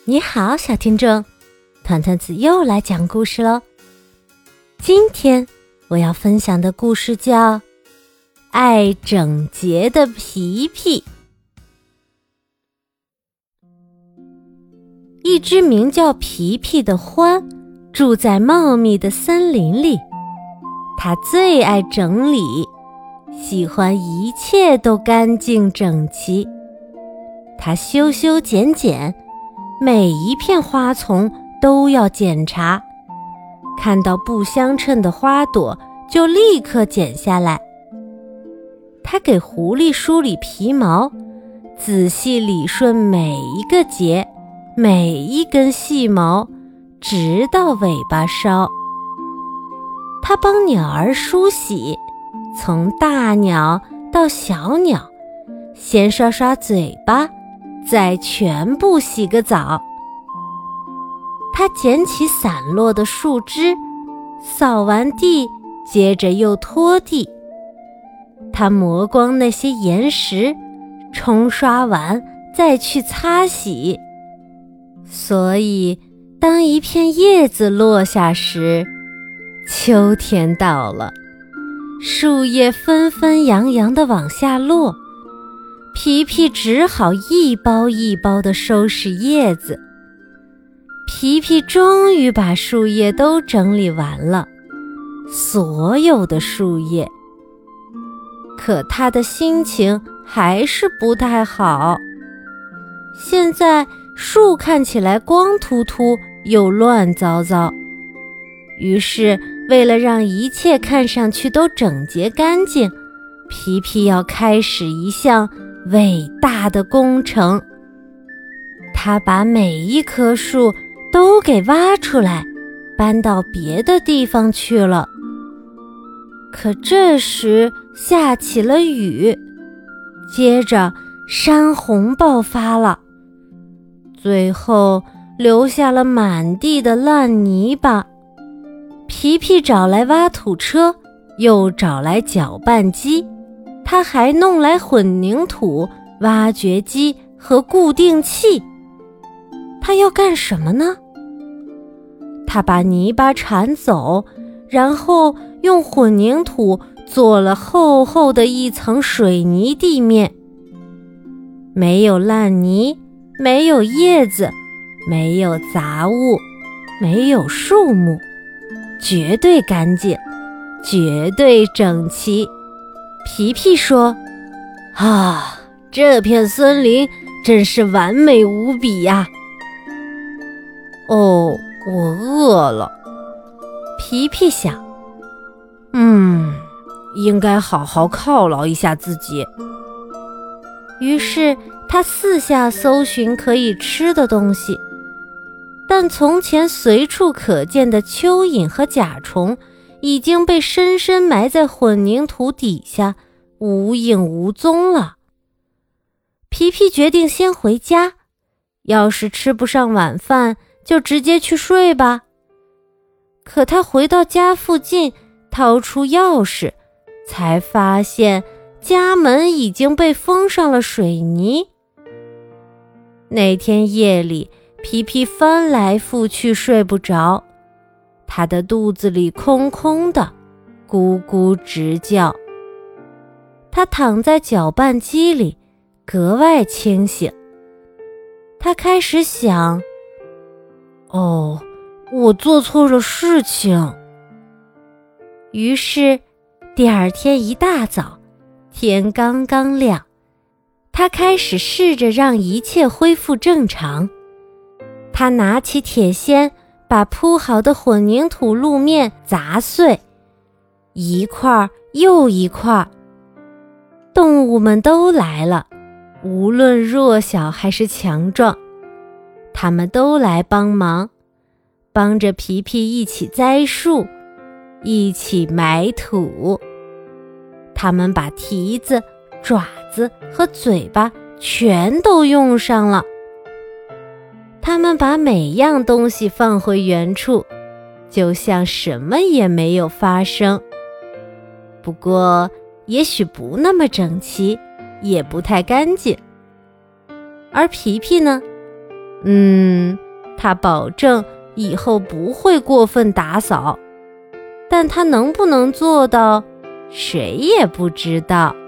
你好，小听众，团团子又来讲故事喽。今天我要分享的故事叫《爱整洁的皮皮》。一只名叫皮皮的獾住在茂密的森林里，它最爱整理，喜欢一切都干净整齐。它修修剪剪，每一片花丛都要检查，看到不相称的花朵就立刻剪下来。他给狐狸梳理皮毛，仔细理顺每一个结，每一根细毛，直到尾巴梢。他帮鸟儿梳洗，从大鸟到小鸟，先刷刷嘴巴，再全部洗个澡。他捡起散落的树枝，扫完地，接着又拖地。他磨光那些岩石，冲刷完再去擦洗。所以，当一片叶子落下时，秋天到了，树叶纷纷扬扬地往下落。皮皮只好一包一包地收拾叶子。皮皮终于把树叶都整理完了，所有的树叶。可他的心情还是不太好。现在树看起来光秃秃又乱糟糟。于是，为了让一切看上去都整洁干净，皮皮要开始一项伟大的工程。他把每一棵树都给挖出来，搬到别的地方去了。可这时下起了雨，接着山洪爆发了，最后留下了满地的烂泥巴。皮皮找来挖土车，又找来搅拌机，他还弄来混凝土、挖掘机和固定器。他要干什么呢？他把泥巴铲走，然后用混凝土做了厚厚的一层水泥地面。没有烂泥，没有叶子，没有杂物，没有树木，绝对干净，绝对整齐。皮皮说：啊，这片森林真是完美无比呀！哦，我饿了。皮皮想，应该好好犒劳一下自己。于是他四下搜寻可以吃的东西，但从前随处可见的蚯蚓和甲虫已经被深深埋在混凝土底下，无影无踪了。皮皮决定先回家，要是吃不上晚饭，就直接去睡吧。可他回到家附近，掏出钥匙，才发现家门已经被封上了水泥。那天夜里，皮皮翻来覆去睡不着，他的肚子里空空的，咕咕直叫。他躺在搅拌机里，格外清醒。他开始想，我做错了事情。于是第二天一大早，天刚刚亮，他开始试着让一切恢复正常。他拿起铁锨，把铺好的混凝土路面砸碎，一块又一块。动物们都来了，无论弱小还是强壮，他们都来帮忙，帮着皮皮一起栽树，一起埋土。他们把蹄子、爪子和嘴巴全都用上了。他们把每样东西放回原处，就像什么也没有发生。不过，也许不那么整齐，也不太干净。而皮皮呢？ 他保证以后不会过分打扫，但他能不能做到，谁也不知道。